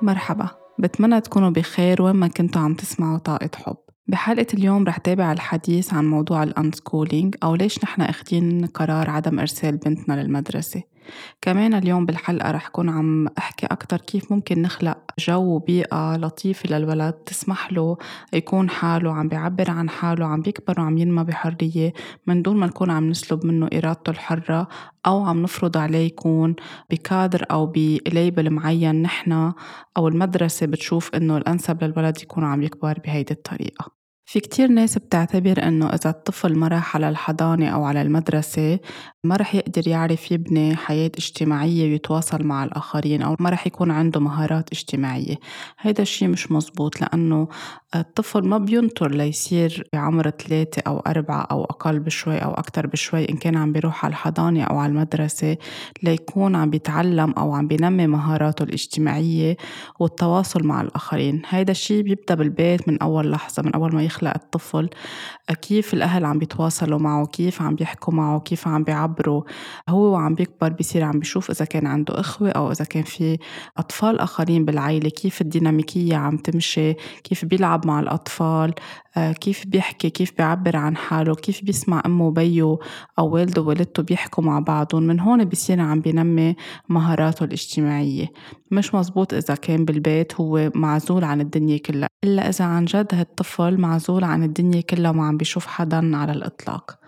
مرحبا، بتمنى تكونوا بخير وين ما كنتوا عم تسمعوا طاقة حب. بحلقة اليوم رح تابع الحديث عن موضوع الأنسكولينج أو ليش نحن أخدين قرار عدم إرسال بنتنا للمدرسة. كمان اليوم بالحلقة رح كون عم أحكي أكتر كيف ممكن نخلق جو وبيئة لطيفة للولد تسمح له يكون حاله، عم بيعبر عن حاله، عم بيكبر وعم ينمى بحرية من دون ما نكون عم نسلب منه إرادته الحرة أو عم نفرض عليه يكون بكادر أو بليبل معين نحن أو المدرسة بتشوف إنه الأنسب للولد يكون عم يكبر بهيدي الطريقة. في كتير ناس بتعتبر إنه إذا الطفل ما راح على الحضانة أو على المدرسة ما رح يقدر يعرف يبني حياة اجتماعية ويتواصل مع الآخرين أو ما رح يكون عنده مهارات اجتماعية. هيدا الشي مش مزبوط، لأنه الطفل ما بينطر ليصير بعمر 3 أو 4 أو أقل بشوي أو أكتر بشوي إن كان عم بيروح على الحضانة أو على المدرسة ليكون عم بيتعلم أو عم بينمي مهاراته الاجتماعية والتواصل مع الآخرين. هيدا الشي بيبدأ بالبيت من أول لحظة، من أول ما يخلق الطفل. كيف الأهل عم بيتواصلوا معه، كيف عم بيحكوا معه، كيف عم بيعبروا. هو وعم بيكبر بيصير عم بيشوف إذا كان عنده إخوة أو إذا كان في أطفال آخرين بالعائلة، كيف الديناميكية عم تمشي، كيف بيلعب مع الأطفال، كيف بيحكي، كيف بيعبر عن حاله، كيف بيسمع أمه وبيه أو والده ووالدته بيحكوا مع بعضهم. من هون بيصير عم بينمي مهاراته الاجتماعية. مش مزبوط إذا كان بالبيت هو معزول عن الدنيا كلها، إلا إذا عن جد هالطفل معزول عن الدنيا كلها وما عم بيشوف حدا على الإطلاق.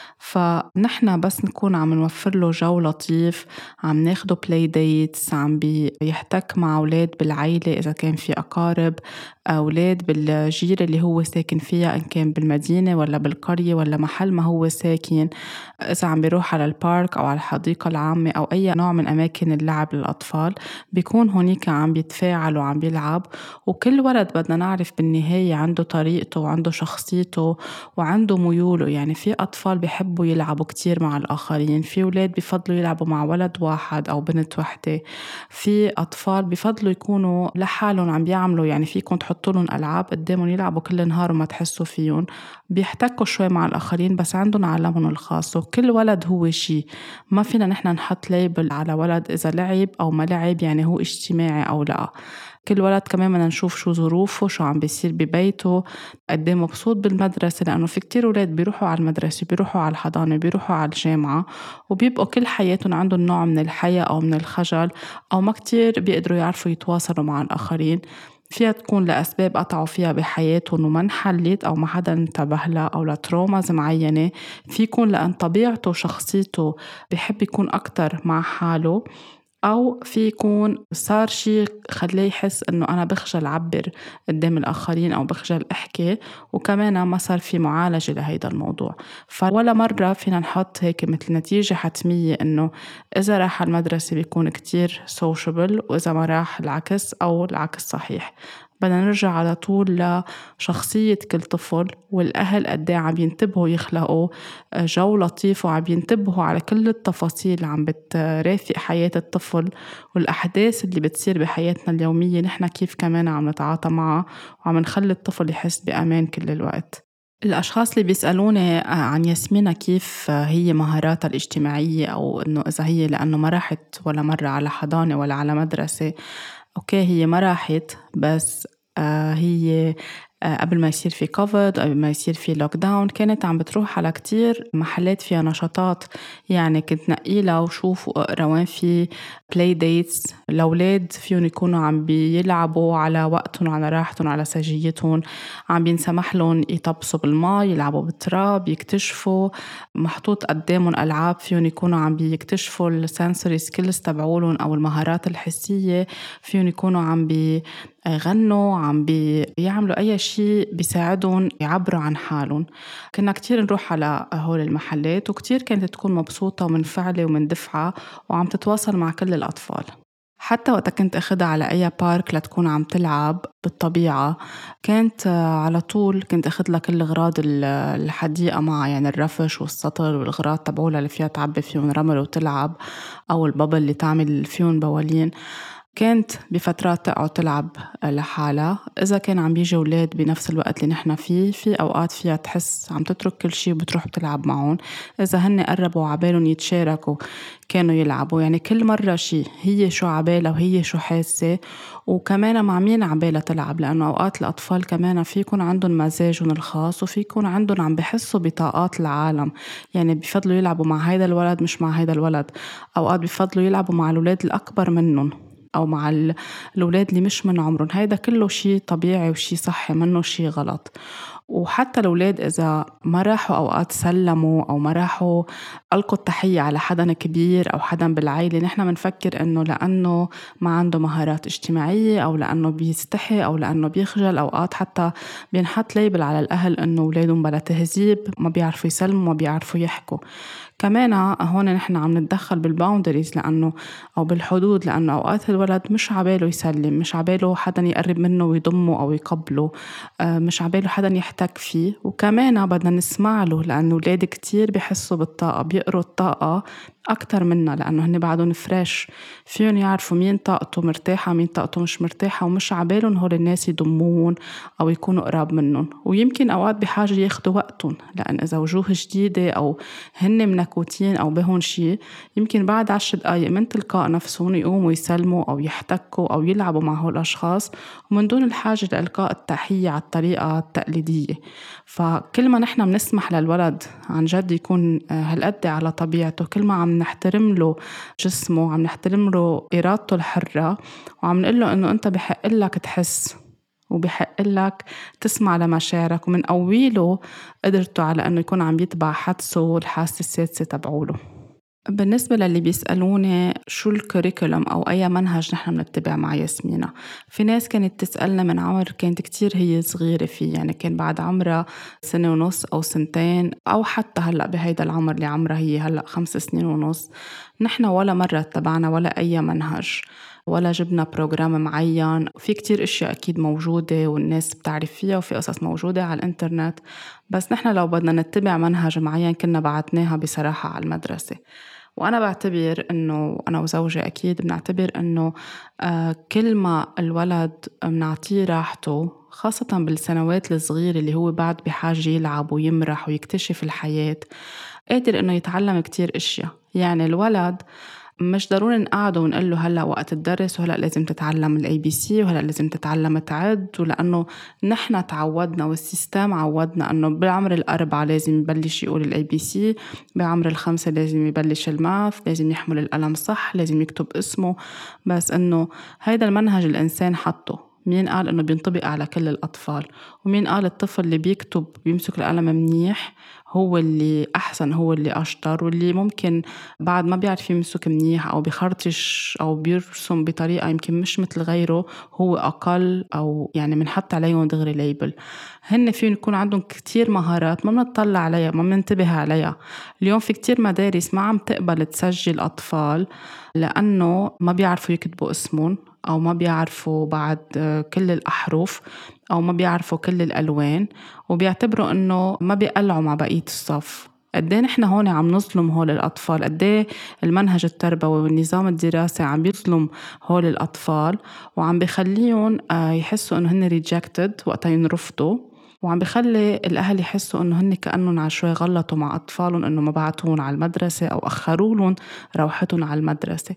فنحن بس نكون عم نوفر له جو لطيف، عم ناخده بلاي ديتس، عم بيحتك مع أولاد بالعيلة إذا كان في أقارب، أولاد بالجيرة اللي هو ساكن فيها إن كان بالمدينة ولا بالقرية ولا محل ما هو ساكن، إذا عم بيروح على البارك أو على الحديقة العامة أو أي نوع من أماكن اللعب للأطفال، بيكون هونيك عم بيتفاعل وعم بيلعب. وكل ولد بدنا نعرف بالنهاية عنده طريقته وعنده شخصيته وعنده ميوله. يعني في أطفال بيحبوا يلعبوا كتير مع الآخرين، في أولاد بيفضلوا يلعبوا مع ولد واحد أو بنت وحدة، في أطفال بيفضلوا يكونوا لحالهم عم بيعملوا، يعني فيكم تحطوا لهم ألعاب قدامهم يلعبوا كل نهار وما تحسوا فيهم، بيحتكوا شوي مع الآخرين بس عندهم عالمهم الخاص. وكل ولد هو شي، ما فينا نحن نحط ليبل على ولد إذا لعب أو ما لعب يعني هو اجتماعي أو لا. كل ولد كمان بدنا نشوف شو ظروفه، شو عم بيصير ببيته، قد ايه مبسوط بالمدرسة، لأنه في كتير ولاد بيروحوا على المدرسة، بيروحوا على الحضانة، بيروحوا على الجامعة وبيبقوا كل حياتهم عندهم نوع من الحياة أو من الخجل أو ما كتير بيقدروا يعرفوا يتواصلوا مع الآخرين. فيها تكون لأسباب قطعوا فيها بحياتهم وما انحلت أو ما حدا انتبه لها أو لتروماز معينة. في يكون لأن طبيعته وشخصيته بيحب يكون أكتر مع حاله، أو في يكون صار شي خليه يحس إنه أنا بخجل أعبر قدام الآخرين أو بخجل أحكي، وكمان ما صار في معالجة لهيدا الموضوع. فولا مرة فينا نحط هيك مثل نتيجة حتمية إنه إذا راح المدرسة بيكون كتير سوشيبل وإذا ما راح العكس أو العكس صحيح. بدنا نرجع على طول لشخصية كل طفل، والأهل قديه عم ينتبهوا يخلقوا جو لطيف وعم ينتبهوا على كل التفاصيل اللي عم بترافق حياة الطفل والأحداث اللي بتصير بحياتنا اليومية. نحن كيف كمان عم نتعاطى معها وعم نخلي الطفل يحس بأمان كل الوقت. الأشخاص اللي بيسألوني عن ياسمينة كيف هي مهاراتها الاجتماعية أو إنه إذا هي لأنه ما راحت ولا مرة على حضانة ولا على مدرسة. أوكي، هي ما راحت، بس هي قبل ما يصير في كوفيد، قبل ما يصير في لوك داون، كانت عم بتروح على كتير محلات فيها نشاطات. يعني كنت نقيلة وشوف وأقرأ وين في بلاي ديتس الأولاد فيهم يكونوا عم بيلعبوا على وقتهم على راحتهم على سجيتهم، عم بينسمح لهم يطبسوا بالماء، يلعبوا بالتراب، يكتشفوا، محطوط قدامهم ألعاب فيهم يكونوا عم بيكتشفوا السنسوري سكيلز تبعولهم أو المهارات الحسية، فيهم يكونوا عم بيغنوا، عم بيعملوا أي شيء بيساعدهم يعبروا عن حالهم. كنا كتير نروح على هول المحلات وكتير كانت تكون مبسوطة ومنفعلة ومندفعة وعم تتواصل مع كل الأطفال. حتى وقت كنت أخدها على أي بارك لتكون عم تلعب بالطبيعة، كانت على طول كنت أخدلها كل أغراض الحديقة معها، يعني الرفش والسطل والأغراض تبعولها اللي فيها تعبي فيهم رمل وتلعب، أو البابل اللي تعمل فيهم بوالين. كانت بفترات تقعد تلعب لحالها. إذا كان عم بيجي أولاد بنفس الوقت اللي نحن فيه، في أوقات فيها تحس عم تترك كل شي وبتروح بتلعب معهم. إذا هن قربوا عبالهم يتشاركوا كانوا يلعبوا، يعني كل مرة شي، هي شو عبالها وهي شو حاسة، وكمان مع مين عبالها تلعب، لأنه أوقات الأطفال كمان في يكون عندهم مزاجهم الخاص وفي يكون عندهم عم بحسوا بطاقات العالم. يعني بيفضلوا يلعبوا مع هيدا الولد مش مع هيدا الولد، أوقات بيفضلوا يلعبوا مع الولاد الأكبر منهم أو مع الأولاد اللي مش من عمرهم. هيدا كله شي طبيعي وشي صحي، منه شي غلط. وحتى الأولاد إذا ما راحوا أوقات سلموا أو ما راحوا ألقوا التحية على حدا كبير أو حدا بالعيلة، نحن منفكر إنه لأنه ما عنده مهارات اجتماعية أو لأنه بيستحي أو لأنه بيخجل. أوقات حتى بينحط ليبل على الأهل إنه أولادهم بلا تهذيب، ما بيعرفوا يسلموا، ما بيعرفوا يحكوا. كمان هون نحن عم نتدخل بالباوندريز لأنه أو بالحدود، لأنه أوقات الولد مش عباله يسلم، مش عباله حدا يقرب منه ويضمه أو يقبله، مش عباله حدا يحتك فيه. وكمان بدنا نسمع له، لأنه ولاد كتير بيحسوا بالطاقة، بيقروا الطاقة أكتر منا، لأنه هن بعدهم فريش، فيهم يعرفوا مين طاقته مرتاحة مين طاقته مش مرتاحة، ومش عبالهم هول الناس يضمون أو يكونوا قراب منهم. ويمكن أوقات بحاجة ياخدوا وقتهم، لأن إذا وجوه جديدة أو هن منكوتين أو بهون شي، يمكن بعد 10 دقايق من تلقاء نفسهم يقوموا يسلموا أو يحتكوا أو يلعبوا مع هول الأشخاص ومن دون الحاجة لإلقاء التحية على الطريقة التقليدية. فكل ما نحن بنسمح للولد عن جد يكون هالقد على طبيعته، كل ما عم نحترم له جسمه، عم نحترم له إرادته الحرة، وعم نقول له إنه أنت بحق لك تحس وبحق لك تسمع لمشاعرك، ومن قويله قدرته على أنه يكون عم يتبع حدسه والحاسة السادسة تبعوله. بالنسبة للي بيسألوني شو الكوريكولم أو أي منهج نحن بنتبع مع ياسمينة، في ناس كانت تسألنا من عمر كانت كتير هي صغيرة فيه، يعني كان بعد عمرها 1.5 أو 2 أو حتى هلأ بهيدا العمر اللي عمرها هي هلأ 5 سنين ونص. نحن ولا مرة اتبعنا ولا أي منهج ولا جبنا بروجرام معين. في كتير اشياء اكيد موجودة والناس بتعرف فيها وفي قصص موجودة على الانترنت، بس نحن لو بدنا نتبع منهج معين كنا بعتناها بصراحة على المدرسة. وأنا بعتبر إنه أنا وزوجي أكيد بنعتبر إنه كل ما الولد منعطيه راحته، خاصة بالسنوات الصغيرة اللي هو بعد بحاجة يلعب ويمرح ويكتشف الحياة، قادر إنه يتعلم كتير إشياء. يعني الولد مش ضروري نقعده ونقول له هلأ وقت الدرس وهلأ لازم تتعلم الأي بي سي وهلأ لازم تتعلم تعد، ولأنه نحن تعودنا والسيستم عودنا أنه بعمر 4 لازم يبلش يقول الأي بي سي، بعمر 5 لازم يبلش الماث، لازم يحمل القلم صح، لازم يكتب اسمه. بس أنه هيدا المنهج الإنسان حطه. مين قال إنه بينطبق على كل الأطفال؟ ومين قال الطفل اللي بيكتب بيمسك القلم منيح هو اللي أحسن، هو اللي أشطر، واللي ممكن بعد ما بيعرف يمسك منيح أو بيخرطش أو بيرسم بطريقة يمكن مش مثل غيره هو أقل، أو يعني منحط عليهم دغري ليبل. هن فيهم يكون عندهم كتير مهارات ما بنطلع عليها، ما بننتبه عليها. اليوم في كتير مدارس ما عم تقبل تسجل أطفال لأنه ما بيعرفوا يكتبوا اسمهم أو ما بيعرفوا بعد كل الأحرف أو ما بيعرفوا كل الألوان، وبيعتبروا أنه ما بيقلعوا مع بقية الصف. قديه نحن هون عم نظلم هول الأطفال، قديه المنهج التربوي والنظام الدراسي عم بيظلم هول الأطفال، وعم بيخليهم يحسوا أنه هن rejected وقتا ينرفضوا، وعم بيخلي الأهل يحسوا أنه هن كأنهم عشوائي غلطوا مع أطفالهم، أنه ما بعتون على المدرسة أو أخروا لهم روحتهم على المدرسة.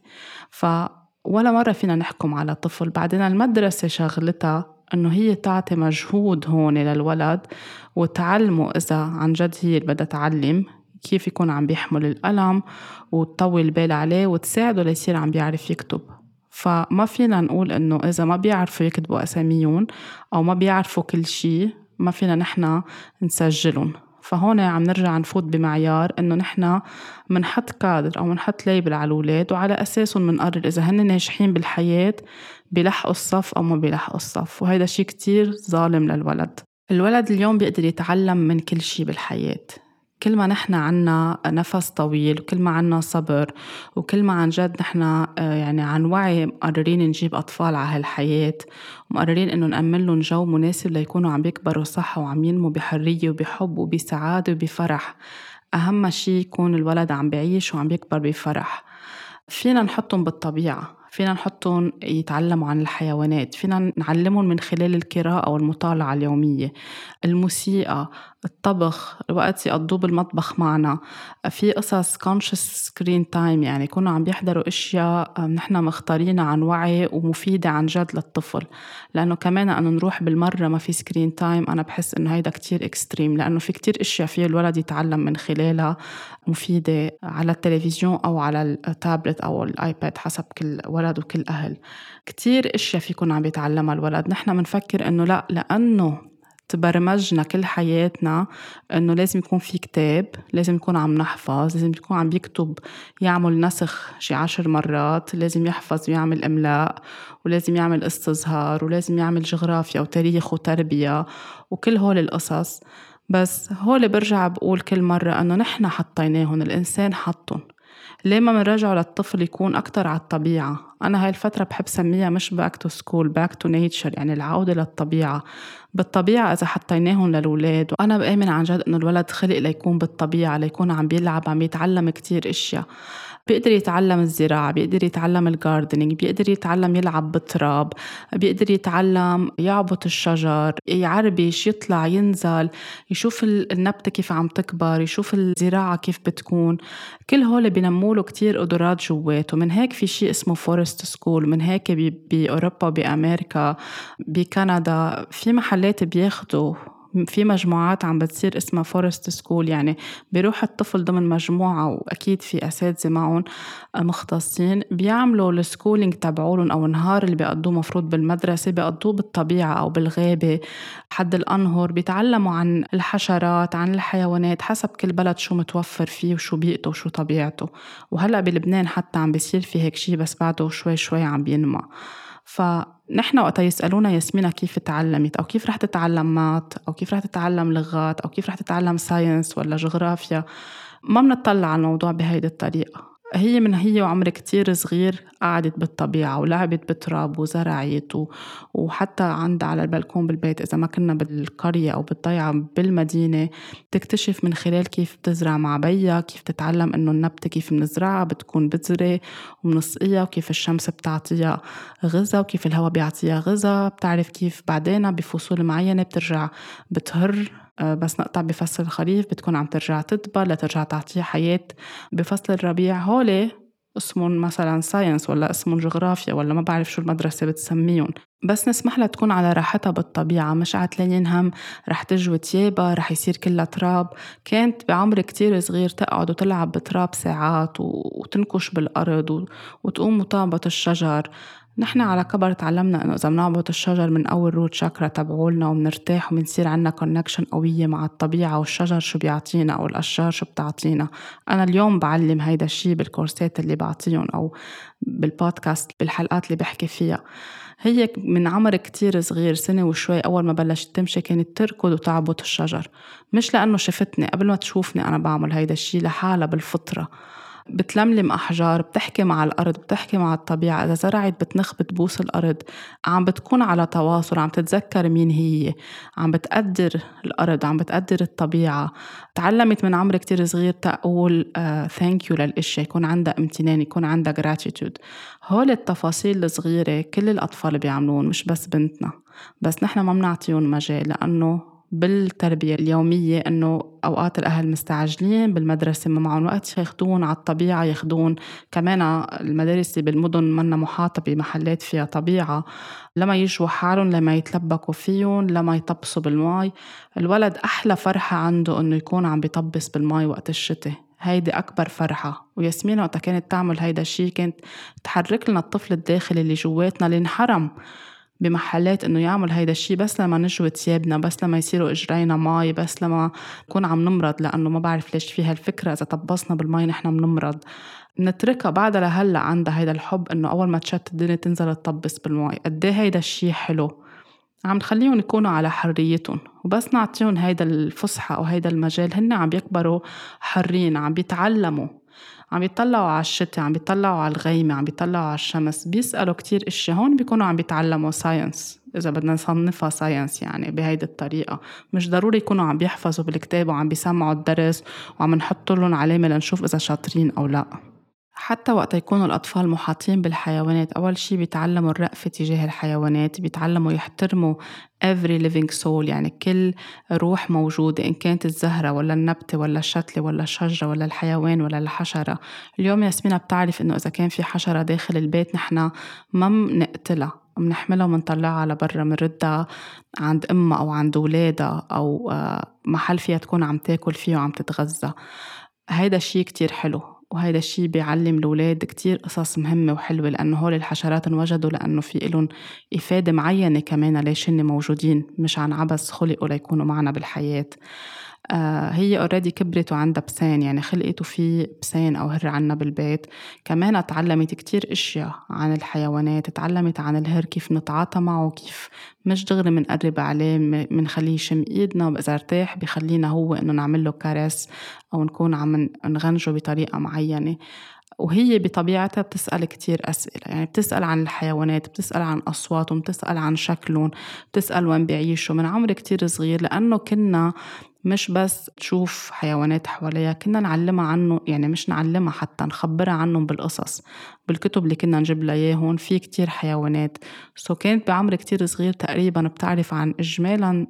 ولا مرة فينا نحكم على طفل. بعدين المدرسة شغلتها أنه هي تعطي مجهود هون للولد وتعلمه إذا عن جد هي اللي بدها تعلم كيف يكون عم بيحمل القلم وتطول بال عليه وتساعده ليصير عم بيعرف يكتب. فما فينا نقول إنه إذا ما بيعرفوا يكتبوا أساميهم أو ما بيعرفوا كل شيء ما فينا نحنا نسجلهم. فهون عم نرجع نفوت بمعيار إنه نحنا منحط كادر أو منحط ليبل على الأولاد وعلى أساسهم منقرر إذا هن ناجحين بالحياة بيلحقوا الصف أو ما بيلحقوا الصف. وهذا شيء كتير ظالم للولد. الولد اليوم بيقدر يتعلم من كل شيء بالحياة. كل ما نحنا عنا نفس طويل وكل ما عنا صبر وكل ما عن جد نحنا يعني عن وعي مقررين نجيب أطفال على هالحياة ومقررين إنه نأمن لهم جو مناسب ليكونوا عم بيكبروا صح وعم ينموا بحرية وبحب وبسعادة وبفرح. أهم شيء يكون الولد عم بيعيش وعم بيكبر بفرح. فينا نحطهم بالطبيعة، فينا نحطهم يتعلموا عن الحيوانات، فينا نعلمهم من خلال القراءة والمطالعة اليومية، الموسيقى، الطبخ، الوقت يقضوه بالمطبخ معنا. في قصص conscious screen time، يعني يكونوا عم بيحضروا أشياء نحن مختارينها عن وعي ومفيدة عن جد للطفل. لأنه كمان أنه نروح بالمرة ما في سكرين تايم، أنا بحس إنه هيدا كتير إكستريم، لأنه في كتير أشياء فيه الولد يتعلم من خلالها مفيدة على التلفزيون أو على التابلت أو الآيباد حسب كل ولد وكل أهل. كتير أشياء فيكون عم بيتعلمها الولد. نحن منفكر إنه لا، لأنه تبرمجنا كل حياتنا إنه لازم يكون في كتاب، لازم يكون عم نحفظ، لازم يكون عم بيكتب يعمل نسخ شي 10 مرات، لازم يحفظ ويعمل إملاء، ولازم يعمل استظهار، ولازم يعمل جغرافيا وتاريخ وتربية وكل هول القصص. بس هول برجع بقول كل مرة أنه نحن حطيناهن، الإنسان حطن. ليه ما منرجعوا للطفل يكون أكتر على الطبيعة؟ أنا هاي الفترة بحب سميها مش back to school، back to nature، يعني العودة للطبيعة. بالطبيعة إذا حطيناهم للولاد، وأنا بآمن عن جد إنه الولد خلق ليكون بالطبيعة، ليكون عم بيلعب، عم يتعلم كتير إشياء. بيقدر يتعلم الزراعة، بيقدر يتعلم الجاردنينج، بيقدر يتعلم يلعب بالتراب، بيقدر يتعلم يعبط الشجر، يعربش، يطلع، ينزل، يشوف النبتة كيف عم تكبر، يشوف الزراعة كيف بتكون. كل هول بينموله كتير قدرات جواته. من هيك في شيء اسمه فورست سكول. من هيك بأوروبا، بأمريكا، بكندا في محلات بياخدوا، في مجموعات عم بتصير اسمها فورست سكول، يعني بيروح الطفل ضمن مجموعة، وأكيد في أساتذة معهم مختصين بيعملوا السكولينج تبعولن، أو النهار اللي بيقضوه مفروض بالمدرسة بيقضوه بالطبيعة أو بالغابة حد الأنهر. بيتعلموا عن الحشرات، عن الحيوانات، حسب كل بلد شو متوفر فيه وشو بيئته وشو طبيعته. وهلأ بلبنان حتى عم بيصير في هيك شي، بس بعده شوي شوي عم بينمى. فنحن وقتا يسألونا ياسمينة كيف تعلمت، أو كيف رح تتعلم مات، أو كيف رح تتعلم لغات، أو كيف رح تتعلم ساينس ولا جغرافيا، ما منطلع على الموضوع بهيدي الطريقة. هي من هي وعمر كتير صغير قعدت بالطبيعة ولعبت بتراب وزرعت وحتى عندها على البلكون بالبيت، إذا ما كنا بالقرية أو بالضيعة بالمدينة، تكتشف من خلال كيف تزرع مع بيها، كيف تتعلم إنه النبتة كيف منزرعها بتكون بذرة ومنسقيها، وكيف الشمس بتعطيها غذاء، وكيف الهواء بيعطيها غذاء. بتعرف كيف بعدين بفصول معينة بترجع بتهر، بس نقطع بفصل الخريف بتكون عم ترجع تدبر لترجع تعطيها حياة بفصل الربيع. هولي اسمهم مثلا ساينس، ولا اسمهم جغرافيا، ولا ما بعرف شو المدرسة بتسميهم. بس نسمح لها تكون على راحتها بالطبيعة، مش عتلاقين هم رح تجوي تيابا، رح يصير كلها تراب. كانت بعمر كتير صغير تقعد وتلعب بتراب ساعات وتنكش بالأرض وتقوم وتعبط الشجر. نحن على كبر تعلمنا إنه إذا بنعبط الشجر من أول روت شاكرا تبعولنا ومنرتاح ومنصير عنا كونكشن قوية مع الطبيعة والشجر شو بيعطينا أو الأشجار شو بتعطينا. أنا اليوم بعلم هيدا الشي بالكورسات اللي بعطيهم أو بالبودكاست بالحلقات اللي بحكي فيها. هي من عمر كتير صغير، سنة وشوي، أول ما بلشت تمشي كانت تركض وتعبط الشجر، مش لأنه شفتني، قبل ما تشوفني أنا بعمل هيدا الشي لحالة بالفطرة. بتلملم أحجار، بتحكي مع الأرض، بتحكي مع الطبيعة. إذا زرعت بتنخ بتبوس الأرض، عم بتكون على تواصل، عم تتذكر مين هي، عم بتقدر الأرض، عم بتقدر الطبيعة. تعلمت من عمر كتير صغير تقول thank you للأشياء، يكون عندها امتنان، يكون عندها gratitude. هول التفاصيل الصغيرة كل الأطفال بيعملون، مش بس بنتنا، بس نحن ما بنعطيهم مجال، لأنه بالتربية اليومية إنه أوقات الأهل مستعجلين بالمدرسة، ما معهم وقت ياخدون على الطبيعة، ياخدون كمان المدارس بالمدن منا محاطة بمحلات فيها طبيعة، لما يجوا حالهم، لما يتلبكوا فيهم، لما يطبسوا بالماء. الولد أحلى فرحة عنده إنه يكون عم بيطبس بالماء وقت الشتاء، هيدي أكبر فرحة. وياسمين وقتها كانت تعمل هيدا الشي كانت تحرك لنا الطفل الداخلي اللي جواتنا اللي انحرم بمحلات إنه يعمل هيدا الشي، بس لما نجوي ثيابنا، بس لما يصيروا إجرينا ماي، بس لما نكون عم نمرض. لأنه ما بعرف ليش فيها الفكرة إذا طبسنا بالماي نحن بنمرض. نتركها بعد لهلأ عندها هيدا الحب إنه أول ما تشت الدنيا تنزل تطبس بالماي. قديه هيدا الشي حلو، عم تخليهم يكونوا على حريتهم. وبس نعطيهم هيدا الفسحة أو هيدا المجال، هن عم بيكبروا حرين، عم بيتعلموا، عم بيطلعوا على الشتاء، عم بيطلعوا على الغيمة، عم بيطلعوا على الشمس، بيسألوا كتير اشياء. هون بيكونوا عم بيتعلموا ساينس، إذا بدنا نصنفها ساينس يعني بهيدي الطريقة. مش ضروري يكونوا عم بيحفظوا بالكتاب وعم بيسمعوا الدرس وعم نحط لهم علامة لنشوف إذا شاطرين أو لا. حتى وقت يكونوا الأطفال محاطين بالحيوانات، أول شي بيتعلموا الرأفة تجاه الحيوانات، بيتعلموا يحترموا every living soul، يعني كل روح موجودة، إن كانت الزهرة ولا النبتة ولا الشتلة ولا الشجرة ولا الحيوان ولا الحشرة. اليوم ياسمينة بتعرف إنه إذا كان في حشرة داخل البيت نحنا ما منقتلها، منحملها ومنطلعها على برا، منردها عند أمها أو عند ولادها أو محل فيها تكون عم تاكل فيه وعم تتغذى. هيدا الشي كتير حلو، وهيدا الشي بيعلم الأولاد كتير قصص مهمة وحلوة، لأنه هول الحشرات انوجدوا لأنه في إلهم إفادة معينة كمان ليش هن موجودين، مش عن عبس خلقوا ليكونوا معنا بالحياة. هي already كبرت وعندها بسان، يعني خلقت وفي بسان أو هر عنا بالبيت. كمان تعلمت كتير إشياء عن الحيوانات، تعلمت عن الهر كيف نتعاطى معه، كيف مش دغري منقرب عليه، منخليه يشم إيدنا، وإذا ارتاح بخلينا هو إنه نعمله كارس أو نكون عم نغنجه بطريقة معينة. وهي بطبيعتها بتسأل كتير أسئلة، يعني بتسأل عن الحيوانات، بتسأل عن أصواتهم، بتسأل عن شكلهم، بتسأل وين بيعيشوا من عمر كتير صغير، لأنه كنا مش بس تشوف حيوانات حواليها، كنا نعلمها عنه، يعني مش نعلمها، حتى نخبرها عنهم بالقصص. بالكتب اللي كنا نجيب لها إياهم في كتير حيوانات، كانت بعمر كتير صغير تقريبا بتعرف عن إجمالا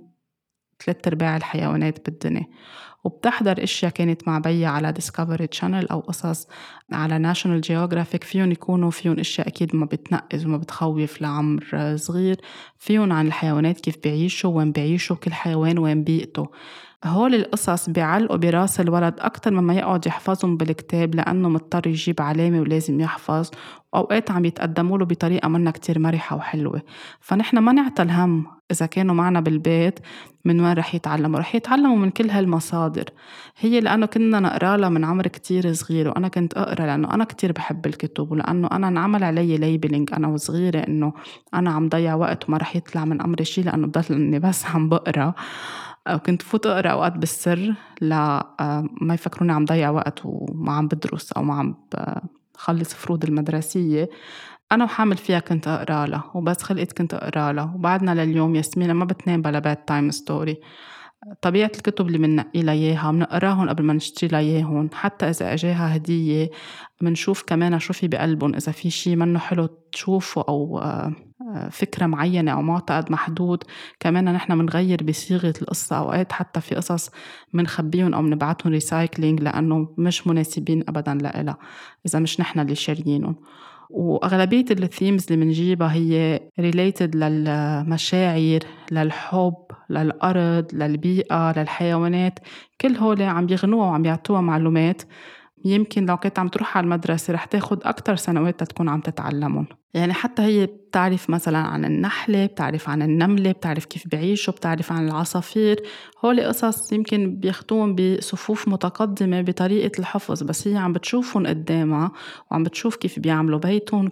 3/4 الحيوانات بالدنيا. وبتحضر إشياء كانت مع بيا على ديسكفري تشانل أو قصص على ناشونال جيوغرافيك، فيهم يكونوا فيهم إشياء أكيد ما بتنقز وما بتخوف لعمر صغير، فيهم عن الحيوانات كيف بيعيشوا، وين بيعيشوا، كل حيوان وين بيئته. هول القصص بيعلقوا براس الولد أكتر مما يقعد يحفظهم بالكتاب، لأنه مضطر يجيب علامة ولازم يحفظ، وأوقات عم يتقدموا له بطريقة منا كتير مرحة وحلوة. فنحن ما نعتل هم إذا كانوا معنا بالبيت من وين رح يتعلموا، رح يتعلموا من كل هالمصادر. هي لأنه كنا نقرأ لها من عمر كتير صغير، وأنا كنت أقرأ لأنه أنا كتير بحب الكتب، ولأنه أنا انعمل علي ليبلينج أنا وصغيرة إنه أنا عم ضيع وقت وما رح يطلع من أمري شي، لأنه بضل إني بس عم بقرأ. كنت فوت أقرأ أوقات بالسر لا ما يفكروني عم ضيع وقت وما عم بدرس أو ما عم بخلص فروض المدرسية. أنا وحامل فيها كنت أقرأ لها، وبس خلقت كنت أقرأ لها، وبعدنا لليوم ياسمينة ما بتنام بلا باد تايم ستوري. طبيعة الكتب اللي مننقي لها إياها منقراهم قبل ما نشتري لها إياهم، حتى إذا أجاها هدية منشوف كمان شو في بقلبهم، إذا في شي منه حلو تشوفه أو فكرة معينة أو معتقد محدود، كمان نحن منغير بصيغة القصة. أوقات حتى في قصص منخبيهم أو منبعتهم ريسايكلينج لأنه مش مناسبين أبدا لإلها إذا مش نحن اللي شاريينهم. وأغلبية الثيمز اللي منجيبها هي related للمشاعر، للحب، للأرض، للبيئة، للحيوانات. كل هول عم يغنوها وعم يعطوها معلومات يمكن لو كنت عم تروح على المدرسة رح تاخد أكتر سنوات تكون عم تتعلمهم. يعني حتى هي بتعرف مثلا عن النحلة، بتعرف عن النملة، بتعرف كيف بيعيشوا، بتعرف عن العصافير. هول قصص يمكن بياخدوهم بصفوف متقدمة بطريقة الحفظ، بس هي عم بتشوفهم قدامها وعم بتشوف كيف بيعملوا بيتهم،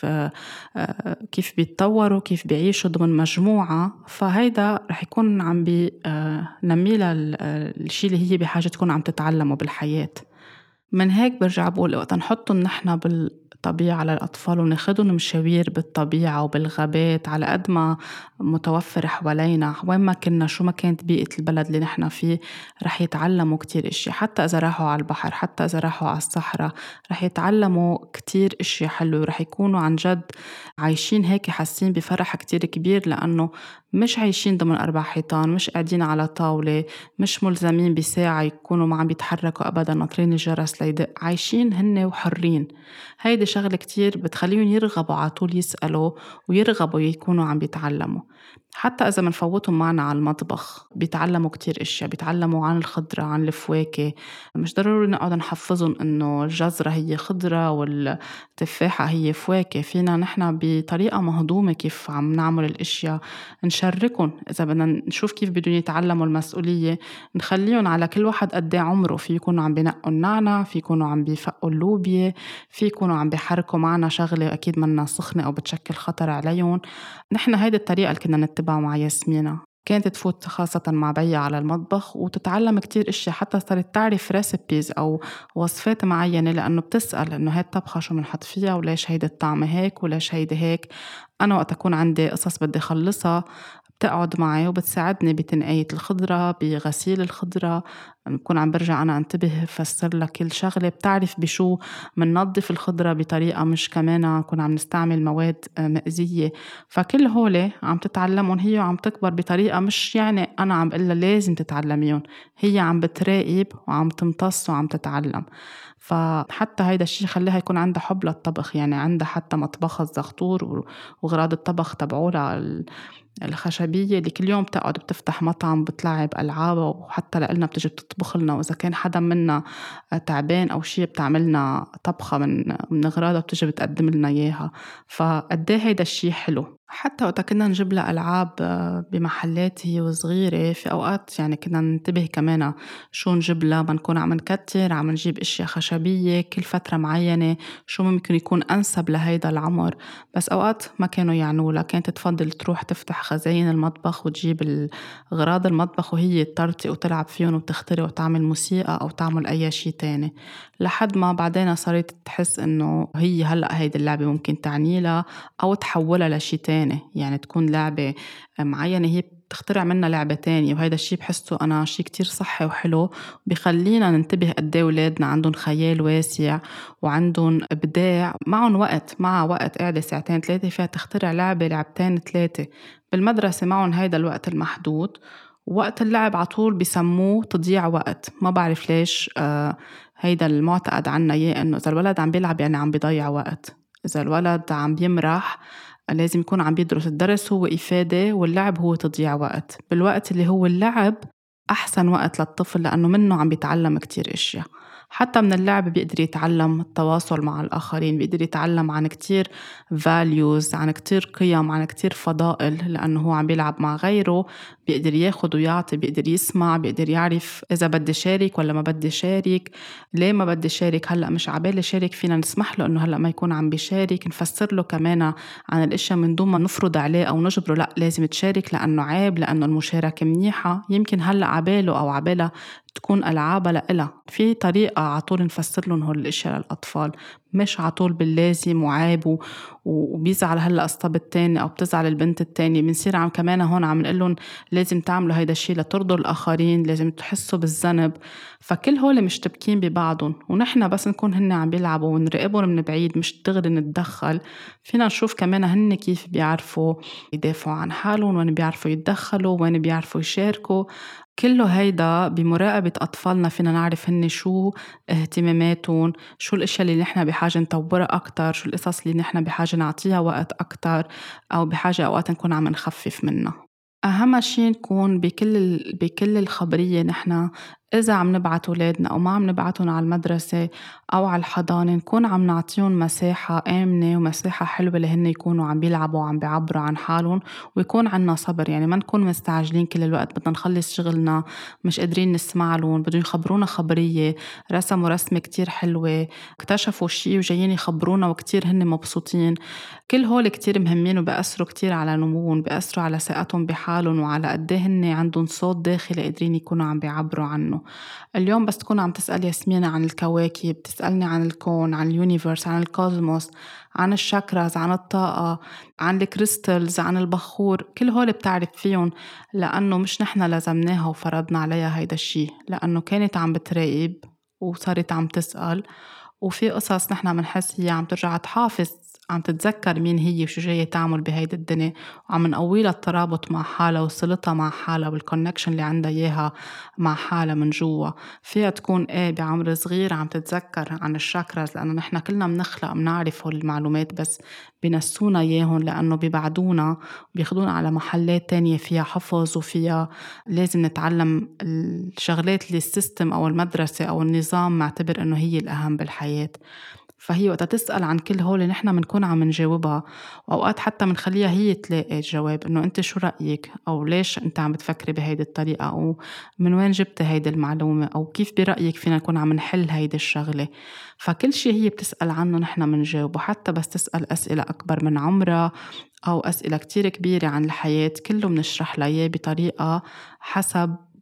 كيف بيتطوروا، كيف بيعيشوا ضمن مجموعة. فهيدا رح يكون عم بنمي لها الشي اللي هي بحاجة تكون عم تتعلمه بالحياة. من هيك برجع بقول وقت نحطهم نحن بالطبيعة للأطفال وناخدهم مشاوير بالطبيعة وبالغابات على قد ما متوفر حوالينا، وين ما كنا شو ما كانت بيئة البلد اللي نحن فيه، رح يتعلموا كتير اشياء. حتى إذا راحوا على البحر، حتى إذا راحوا على الصحراء، رح يتعلموا كتير اشياء حلوة، رح يكونوا عن جد عايشين هيك حاسين بفرح كتير كبير، لأنه مش عايشين ضمن 4 حيطان، مش قاعدين على طاولة، مش ملزمين بساعة يكونوا ما عم بيتحركوا أبدا ناطرين الجرس ليدق، عايشين هن وحرين. هيدي شغلة كتير بتخليهم يرغبوا على طول يسألوا ويرغبوا يكونوا عم بيتعلموا. حتى إذا منفوتهم معنا على المطبخ بيتعلموا كتير إشياء، بيتعلموا عن الخضرة، عن الفواكه. مش ضروري نقعد نحفظهم إنه الجزرة هي خضرة والتفاحة هي فواكه. فينا نحن بطريقة مهضومة كيف عم نعمل الإشياء نشاركهم. إذا بدنا نشوف كيف بدهم يتعلموا المسؤولية، نخليهم على كل واحد قد عمره، في يكونوا عم بينقوا النعنع، في يكونوا عم بيفقوا اللوبيا، في يكونوا عم بيحركوا معنا شغلة أكيد منا سخنة أو بتشكل خطر عليهم. نحن هيدي الطريقة اللي كنا نتبعها مع ياسمينة، كانت تفوت خاصة مع بيا على المطبخ وتتعلم كتير اشياء، حتى صارت تعرف ريسيبيز أو وصفات معينة، لأنه بتسأل إنه هاي الطبخة شو منحط فيها، وليش هيدا الطعم هيك، وليش هيدا هيك. أنا وقت أكون عندي قصص بدي خلصها بتقعد معي وبتساعدني بتنقية الخضرة، بغسيل الخضرة، بكون عم برجع أنا انتبه فسر لها كل شغلة، بتعرف بشو مننظف الخضرة بطريقة مش كمان نكون عم نستعمل مواد مأذية. فكل هول عم تتعلمهم هي وعم تكبر بطريقة مش يعني أنا عم بقلها لازم تتعلميهم، هي عم بتراقب وعم تمتص وعم تتعلم. فحتى هيدا الشي خلّاها يكون عندها حُب للطبخ، يعني عندها حتى مطبخها الزغطور وأغراض الطبخ تبعولها الخشبية اللي كل يوم بتقعد بتفتح مطعم بتلعب ألعابها، وحتى لإلنا بتيجي بتطبخ لنا، وإذا كان حدا منا تعبان أو شي بتعملنا طبخة من أغراضها بتيجي بتقدم لنا إياها. فقد إيه هيدا الشي حلو. حتى وقتا كنا نجيب لها ألعاب بمحلات هي وصغيرة، في أوقات يعني كنا ننتبه كمان شو نجيب لها، ما نكون عم نكتر عم نجيب أشياء خشبية كل فترة معينة، شو ممكن يكون أنسب لهيدا العمر. بس أوقات ما كانوا يعنوا لها، كانت تفضل تروح تفتح خزاين المطبخ وتجيب أغراض المطبخ وهي تطرطق وتلعب فيهم وتخترع وتعمل موسيقى أو تعمل أي شي تاني، لحد ما بعدين صارت تحس إنه هي هلأ هيدي اللعبة ممكن تعني لها أو تحولها لشي تاني، يعني تكون لعبة معينة هي بتخترع منها لعبة تانية. وهيدا الشي بحسه أنا شي كتير صحي وحلو، بيخلينا ننتبه قد ايه ولادنا عندهم خيال واسع وعندهم إبداع، معهم وقت، مع وقت قاعدة ساعتين ثلاثة فيها تخترع لعبة لعبتين ثلاثة. بالمدرسة معهم هيدا الوقت المحدود، وقت اللعب عطول بيسموه تضييع وقت. ما بعرف ليش هيدا المعتقد عنا إياه إنه إذا الولد عم بيلعب يعني عم بيضيع وقت، إذا الولد عم بيمرح لازم يكون عم بيدرس. الدرس هو إفادة واللعب هو تضييع وقت، بالوقت اللي هو اللعب أحسن وقت للطفل لأنه منه عم بيتعلم كتير إشياء. حتى من اللعب بيقدر يتعلم التواصل مع الآخرين، بيقدر يتعلم عن كتير values، عن كتير قيم، عن كتير فضائل، لأنه هو عم بيلعب مع غيره بيقدر ياخد ويعطي، بيقدر يسمع، بيقدر يعرف إذا بدي شارك ولا ما بدي شارك، ليه ما بدي شارك، هلأ مش عبالي شارك، فينا نسمح له إنه هلأ ما يكون عم بيشارك، نفسر له كمان عن الأشياء من دون ما نفرض عليه أو نجبره لأ لازم تشارك لأنه عيب، لأنه المشاركة منيحة. يمكن هلأ عباله أو عبالها تكون ألعابها لإلها، في طريقة عطول نفسر لهم هول الأشياء للأطفال، مش عطول باللازم وعيب وبيزعل هلأ الصب التاني أو بتزعل البنت التانية. بنصير عم كمان هون عم نقلن لازم تعملوا هيدا الشي لترضوا الآخرين، لازم تحسوا بالذنب. فكل هول مشتبكين ببعضهم، ونحن بس نكون هن عم بيلعبوا ونراقبهم من بعيد مش دغري نتدخل، فينا نشوف كمان هن كيف بيعرفوا يدافعوا عن حالهم، وين بيعرفوا يتدخلوا، وين بيعرفوا يشاركوا. كله هيدا بمراقبة أطفالنا فينا نعرف هن شو اهتماماتهم، شو الاشياء اللي نحن بحاجة نطورها أكتر، شو القصص اللي نحن بحاجة نعطيها وقت أكتر، أو بحاجة أوقات نكون عم نخفف منها. أهم شي نكون بكل الخبرية نحن إذا عم نبعت أولادنا أو ما عم نبعتهم على المدرسة أو على الحضانة، نكون عم نعطيهم مساحة آمنة ومساحة حلوة لهن يكونوا عم بيلعبوا وعم بيعبروا عن حالهم، ويكون عنا صبر. يعني ما نكون مستعجلين كل الوقت، بدنا نخلص شغلنا مش قادرين نسمع لهم، بدهم يخبرونا خبرية، رسموا رسمة كتير حلوة، اكتشفوا شي وجايين يخبرونا وكتير هن مبسوطين. كل هول كتير مهمين وبأثروا كتير على نموهم، بأثروا على ثقتهم بحالهم وعلى قد هن عندهم صوت داخلي قادرين يكونوا عم بيعبروا عنه. اليوم بس تكون عم تسأل ياسمين عن الكواكب، تسألني عن الكون، عن اليونيفرس، عن الكوزموس، عن الشاكراز، عن الطاقة، عن الكريستالز، عن البخور، كل هول بتعرف فيهم لأنه مش نحن لزمناها وفرضنا عليها هيدا الشي، لأنه كانت عم بتراقب وصارت عم تسأل. وفي قصص نحن منحس هي عم ترجع تحافظ، عم تتذكر مين هي وشو جاية تعمل بهيدا الدنيا، وعم نقويلها الترابط مع حالها وصلتها مع حالها والكونكشن اللي عندها إياها مع حالها من جوا. فيها تكون بعمر صغير عم تتذكر عن الشاكراز، لأنه نحن كلنا منخلق منعرف هول المعلومات بس بنسونا إياهن لأنه بيبعدونا بياخدونا على محلات تانية فيها حفظ وفيها لازم نتعلم الشغلات اللي السيستم أو المدرسة أو النظام معتبر إنه هي الأهم بالحياة. فهي وقت تسأل عن كل هول نحن منكون عم نجاوبها، وأوقات حتى منخليها هي تلاقي الجواب إنه أنت شو رأيك، أو ليش أنت عم بتفكري بهيدي الطريقة، أو من وين جبت هيدي المعلومة، أو كيف برأيك فينا نكون عم نحل هيدي الشغلة. فكل شي هي بتسأل عنه نحن منجاوبه، حتى بس تسأل أسئلة أكبر من عمرها أو أسئلة كتير كبيرة عن الحياة كله منشرح لها إياه بطريقة حسب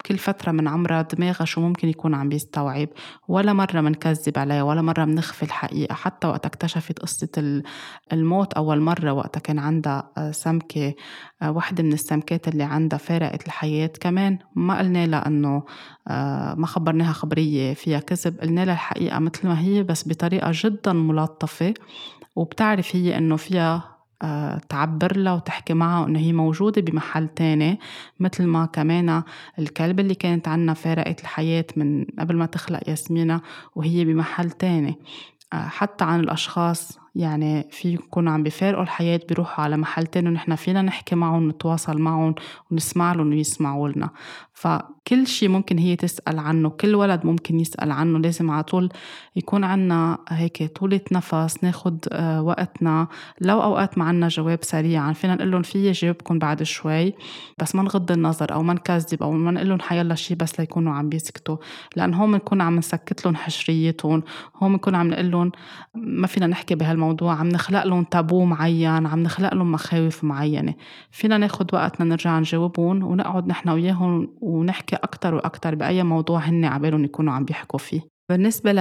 كل فترة من عمرها دماغها شو ممكن يكون عم بيستوعب، ولا مرة منكذب عليها ولا مرة منخفي الحقيقة. حتى وقت اكتشفت قصة الموت أول مرة وقتها كان عندها سمكة، واحدة من السمكات اللي عندها فارقت الحياة، كمان ما قلنا لها إنه ما خبرناها خبرية فيها كذب، قلنا لها الحقيقة مثل ما هي بس بطريقة جدا ملطفة. وبتعرف هي إنه فيها تعبر لها وتحكي معها إنه هي موجودة بمحل تاني، مثل ما كمان الكلب اللي كانت عنا فارقت الحياة من قبل ما تخلق ياسمينة وهي بمحل تاني. حتى عن الأشخاص يعني في يكونوا عم بيفارقوا الحياة بيروحوا على محل تاني ونحن فينا نحكي معهم ونتواصل معهم ونسمع لهم ويسمعوا لنا. فكل شي ممكن هي تسأل عنه، كل ولد ممكن يسأل عنه. لازم على طول يكون عنا هيك طولة نفس، ناخد وقتنا. لو أوقات ما عنا جواب سريعا فينا نقول لهم في جاوبكم بعد شوي، بس ما نغض النظر أو ما نكذب أو ما نقول لهم حيلا شي بس ليكونوا عم بيسكتوا، لأن هم نكون عم نسكت لهم حشريتهم، هم نكون عم نقول لهم ما فينا نحكي بهالموضوع، عم نخلق لهم تابو معين، عم نخلق لهم مخاوف معينة. فينا ناخد وقتنا نرجع نجاوبهم ونقعد نحن وياهم ونحكي أكتر وأكتر بأي موضوع هن عبالهم يكونوا عم بيحكوا فيه. بالنسبة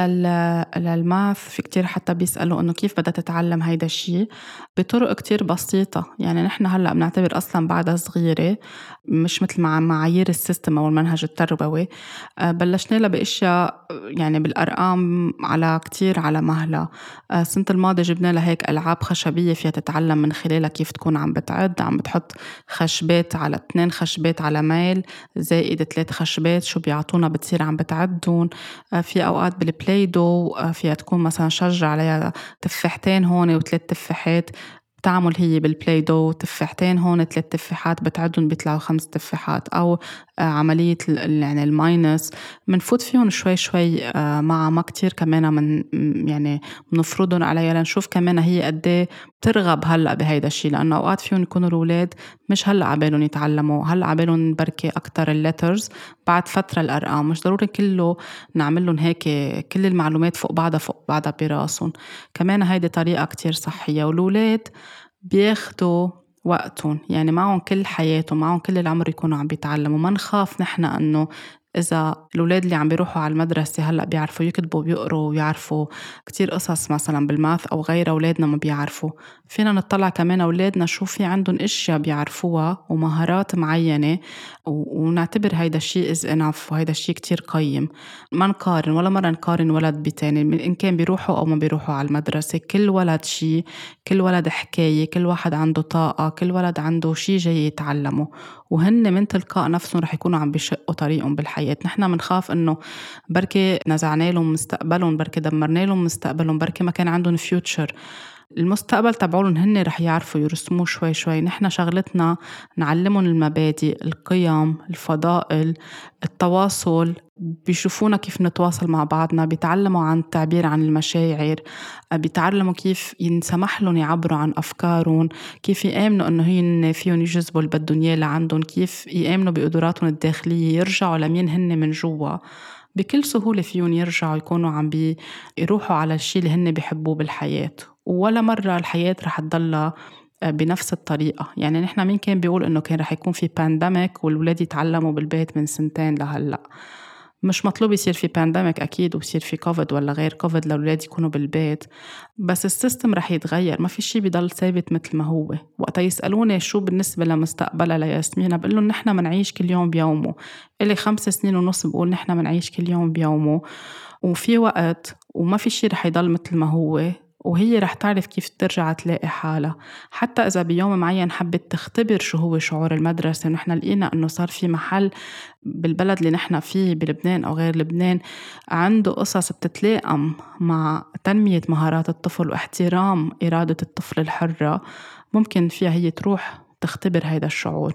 للماث في كتير حتى بيسألوا إنه كيف بدها تتعلم هيدا الشي، بطرق كتير بسيطة. يعني نحن هلأ بنعتبر أصلاً بعدها صغيرة، مش مثل مع معايير السيستم أو المنهج التربوي. بلشنا لها بأشياء يعني بالأرقام على كتير على مهلة. السنة الماضية جبنا لها هيك ألعاب خشبية فيها تتعلم من خلالها كيف تكون عم بتعد، عم بتحط خشبات على 2 خشبات على ميل زائد 3 خشبات شو بيعطونا بتصير عم بتعدون. في أوقات بالبلاي دو فيها تكون مثلا شجرة عليها تفاحتين هون و3 تفاحات، بتعمل هي بالبلاي دو تفاحتين هون 3 تفاحات بتعدهم بيطلعوا 5 تفاحات. أو عملية يعني الماينس منفوت فيهم شوي شوي مع ما كتير كمان من يعني منفرضهم عليها لنشوف كمان هي قديه بترغب هلأ بهيدا الشي. لأنه أوقات فيهم يكونوا الأولاد مش هلأ عبالهم يتعلموا، هلأ عبالهم بركي أكتر الليترز، بعد فترة الأرقام. مش ضروري كله نعملهم هيك كل المعلومات فوق بعضها براسهم. كمان هيدي طريقة كتير صحية، والأولاد بياخدوا وقتهم يعني معهم كل حياتهم، معهم كل العمر يكونوا عم بيتعلموا. ما نخاف نحن أنه إذا الأولاد اللي عم بيروحوا على المدرسة هلأ بيعرفوا يكتبوا ويقروا ويعرفوا كتير قصص مثلا بالماث أو غيرها أولادنا ما بيعرفوا، فينا نطلع كمان أولادنا شو في عندهم إشياء بيعرفوها ومهارات معينة ونعتبر هيدا الشيء is enough وهيدا الشيء كتير قيم. ما نقارن ولا مرة نقارن ولد بتاني إن كان بيروحوا أو ما بيروحوا على المدرسة. كل ولد شيء، كل ولد حكاية، كل واحد عنده طاقة، كل ولد عنده شيء جاي يتعلمه، وهن من تلقاء نفسهم رح يكونوا عم بيشقوا طريقهم بالحياة. نحنا منخاف إنه بركي نزعنا لهم مستقبلهم، بركي دمرنا لهم مستقبلهم، بركي ما كان عندهم فيوتشر. المستقبل تبعولن هن رح يعرفوا يرسموه شوي شوي. نحن شغلتنا نعلمهم المبادئ، القيم، الفضائل، التواصل. بيشوفونا كيف نتواصل مع بعضنا، بيتعلموا عن التعبير عن المشاعر، بيتعلموا كيف ينسمح لهم يعبروا عن أفكارهم، كيف يآمنوا إنه هن فيهم يجذبوا اللي بدهم إياه لعندهم، كيف يآمنوا بقدراتهم الداخلية، يرجعوا لمين هن من جوا. بكل سهولة فيهم يرجعوا يكونوا عم بيروحوا على الشيء اللي هن بيحبوه بالحياة. ولا مرة الحياة رح تضلها بنفس الطريقة. يعني نحنا مين كان بيقول إنه كان رح يكون في بانديميك والولاد يتعلموا بالبيت من 2 لهلأ؟ مش مطلوب يصير في بانديميك أكيد ويصير في كوفيد ولا غير كوفيد للولاد يكونوا بالبيت، بس السيستم رح يتغير. ما في شي بيضل ثابت مثل ما هو. وقتا يسألوني شو بالنسبة لمستقبلها لياسمينة بقول لهم نحنا منعيش كل يوم بيومه. إلي 5 سنين ونص بقول نحنا منعيش كل يوم بيومه، وفي وقت وما في شي رح يضل مثل ما هو، وهي رح تعرف كيف ترجع تلاقي حالها. حتى إذا بيوم معين حبت تختبر شو هو شعور المدرسة، ونحن لقينا إنه صار في محل بالبلد اللي نحن فيه بلبنان أو غير لبنان عنده قصص بتتلائم مع تنمية مهارات الطفل واحترام إرادة الطفل الحرة، ممكن فيها هي تروح تختبر هيدا الشعور.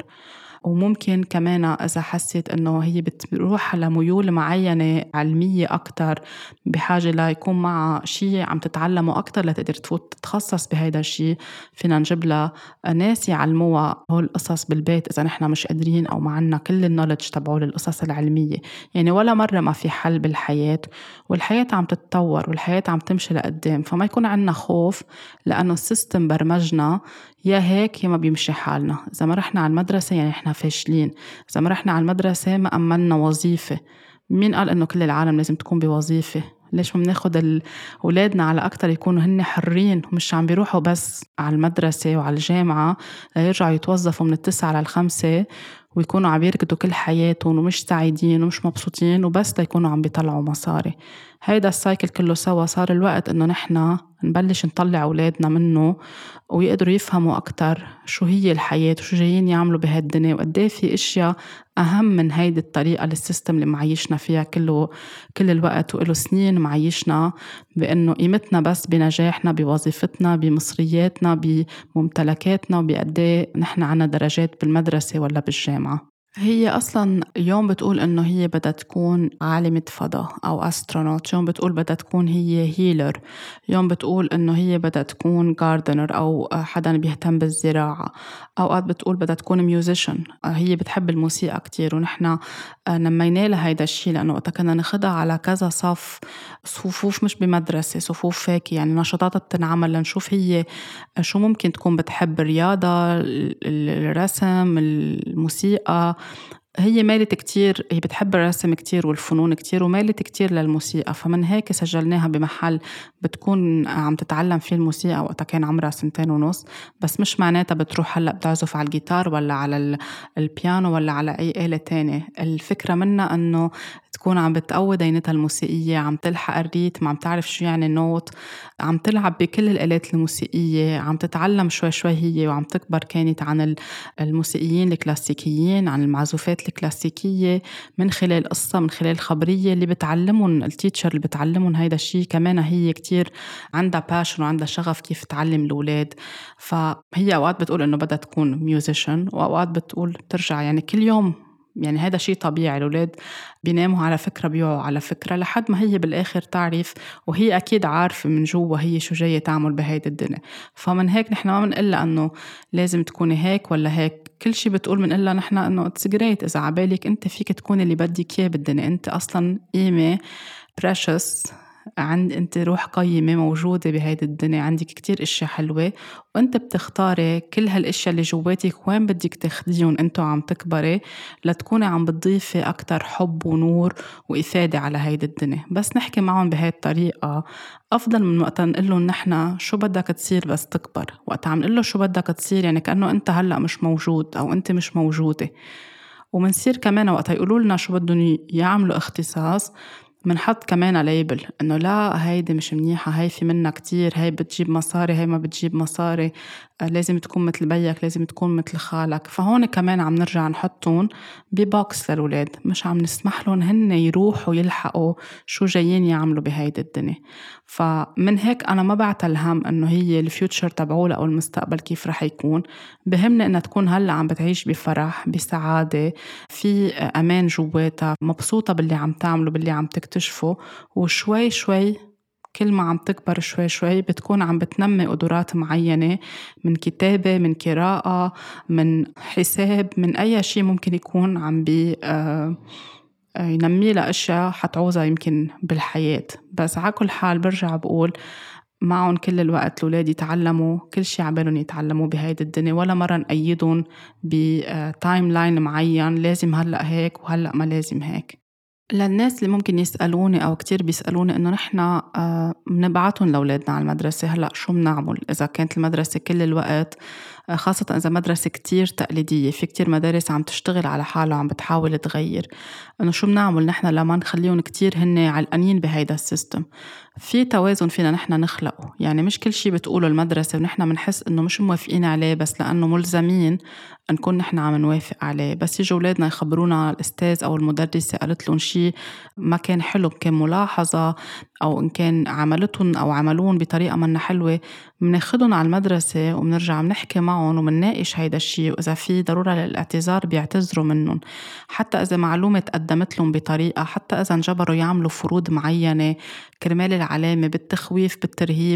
وممكن كمان إذا حسيت إنه هي بتروح لميول معينة علمية أكتر، بحاجة ليكون معها شيء عم تتعلمه أكتر لتقدر تفوت تتخصص بهيدا الشيء، فينا نجيب لها ناس يعلموها هول القصص بالبيت إذا نحنا مش قادرين أو معنا كل النولج تبعول القصص العلمية. يعني ولا مرة ما في حل بالحياة، والحياة عم تتطور والحياة عم تمشي لقدام، فما يكون عنا خوف لأنه السيستم برمجنا يا هيك يا ما بيمشي حالنا. إذا ما رحنا على المدرسة يعني إحنا فاشلين. إذا ما رحنا على المدرسة ما أملنا وظيفة. مين قال إنه كل العالم لازم تكون بوظيفة؟ ليش ما بناخد أولادنا على أكتر يكونوا هن حرين ومش عم بيروحوا بس على المدرسة وعلى الجامعة ليرجعوا يتوظفوا من 9 ل5 ويكونوا عم يركضوا كل حياتهم ومش سعيدين ومش مبسوطين وبس ليكونوا عم بيطلعوا مصاري. هيدا السايكل كله سوا صار الوقت إنه نحنا نبلش نطلع أولادنا منه ويقدروا يفهموا أكتر شو هي الحياة وشو جايين يعملوا بهالدنيا وقديه في إشياء أهم من هيدي الطريقة للسيستم اللي معيشنا فيها كل الوقت وإله سنين معيشنا بأنه قيمتنا بس بنجاحنا بوظيفتنا بمصرياتنا بممتلكاتنا وبقديه نحن عنا درجات بالمدرسة ولا بالجامعة. هي أصلاً اليوم بتقول إنه هي بدها تكون عالمة فضاء أو أسترونوت، يوم بتقول بدها تكون هي هيلر، يوم بتقول إنه هي بدها تكون جاردنر أو حدا بيهتم بالزراعة، أوقات بتقول بدها تكون ميوزيشن، هي بتحب الموسيقى كتير. ونحنا نمينا لها هيدا الشيء لأنه وقتا كنا ناخدها على كذا صفوف مش بمدرسة، صفوف فاكي يعني نشاطات بتنعمل لنشوف هي شو ممكن تكون بتحب، الرياضة، الرسم، الموسيقى. هي مالت كتير، هي بتحب الرسم كتير والفنون كتير ومالت كتير للموسيقى، فمن هيك سجلناها بمحل بتكون عم تتعلم فيه الموسيقى وقتها كان عمرها 2.5 سنين. بس مش معناتها بتروح هلأ بتعزف على الجيتار ولا على البيانو ولا على أي آلة تانية. الفكرة منها أنه تكون عم بتقوي دينتها الموسيقية، عم تلحق الريتم، عم تعرف شو يعني نوت، عم تلعب بكل الآلات الموسيقية، عم تتعلم شوي شوي هي وعم تكبر. كانت عن الموسيقيين الكلاسيكيين، عن المعزوفات الكلاسيكية، من خلال قصة، من خلال خبرية اللي بتعلمون التيتشر اللي بتعلمون هيدا الشيء. كمان هي كتير عندها باشن وعندها شغف كيف تعلم الأولاد. فهي أوقات بتقول إنه بدها تكون ميوزيشن وأوقات بتقول بترجع يعني كل يوم. يعني هذا شيء طبيعي، الأولاد بيناموا على فكرة بيوعوا على فكرة لحد ما هي بالآخر تعرف، وهي أكيد عارفة من جوا هي شو جاية تعمل بهيدا الدنيا. فمن هيك نحن ما بنقلها أنه لازم تكوني هيك ولا هيك، كل شيء بتقول بنقلها نحن أنه it's great إذا عبالك أنت فيك تكوني اللي بدك إياه بالدنيا. أنت أصلا قيمة precious، أنت روح قيمة موجودة بهيدي الدنيا، عندك كتير اشياء حلوة وانت بتختاري كل هالاشياء اللي جواتك وين بدك تاخديهم انتو عم تكبري لتكوني عم بتضيفي اكتر حب ونور وإفادة على هيدي الدنيا. بس نحكي معهم بهاي الطريقة افضل من وقت نقلهم نحنا شو بدك تصير بس تكبر. وقت عم نقله شو بدك تصير يعني كأنه انت هلأ مش موجود او انت مش موجودة. ومنصير كمان وقت يقولوا لنا شو بدهم يعملوا اختصاص منحط كمان ليبل انه لا هيدي مش منيحة، هاي في منها كتير، هاي بتجيب مصاري، هاي ما بتجيب مصاري، لازم تكون مثل بيك، لازم تكون مثل خالك. فهون كمان عم نرجع نحطهم ببوكس للولاد، مش عم نسمح لهم هن يروحوا يلحقوا شو جايين يعملوا بهيدي الدنيا. فمن هيك أنا ما بعتلهم أنه هي الفيوتشر تبعولها أو المستقبل كيف رح يكون. بهمني أنها تكون هلأ عم بتعيش بفرح بسعادة، في أمان جواتها، مبسوطة باللي عم تعمله باللي عم تكتشفه. وشوي شوي كل ما عم تكبر شوي شوي بتكون عم بتنمي قدرات معينة، من كتابة، من قراءة، من حساب، من أي شيء ممكن يكون عم ينمي لها أشياء حتعوزها يمكن بالحياة. بس على كل حال برجع بقول معهم كل الوقت الأولاد يتعلموا كل شيء عبالهم يتعلموا بهيدي الدنيا، ولا مرة نقيدهم بتايم لاين معين لازم هلأ هيك وهلأ ما لازم هيك. للناس اللي ممكن يسألوني أو كتير بيسألوني إنه نحنا بنبعتهم لأولادنا على المدرسة، هلأ شو بنعمل إذا كانت المدرسة كل الوقت، خاصة إذا مدرسة كتير تقليدية، في كتير مدارس عم تشتغل على حالها وعم بتحاول تغير، إنه شو بنعمل نحنا لما نخليهم كتير هن علقانين بهيدا السيستم. في توازن فينا نحنا نخلقه، يعني مش كل شي بتقوله المدرسة ونحنا منحس إنه مش موافقين عليه بس لأنه ملزمين نكون نحنا عم نوافق عليه. بس يجوا أولادنا يخبرونا الأستاذ أو المدرسة قالت لهم شي ما كان حلو، كان ملاحظة أو إن كان عملتهم أو عملون بطريقة منا حلوة، مناخدهم على المدرسة ومنرجع منحكي معهم ومنناقش هيدا الشي، وإذا في ضرورة للاعتذار بيعتذروا منهم. حتى إذا معلومة تقدمت لهم بطريقة، حتى إذا انجبروا يعملوا فروض معينة كرمال العلامة، بالتخويف بالترهيب،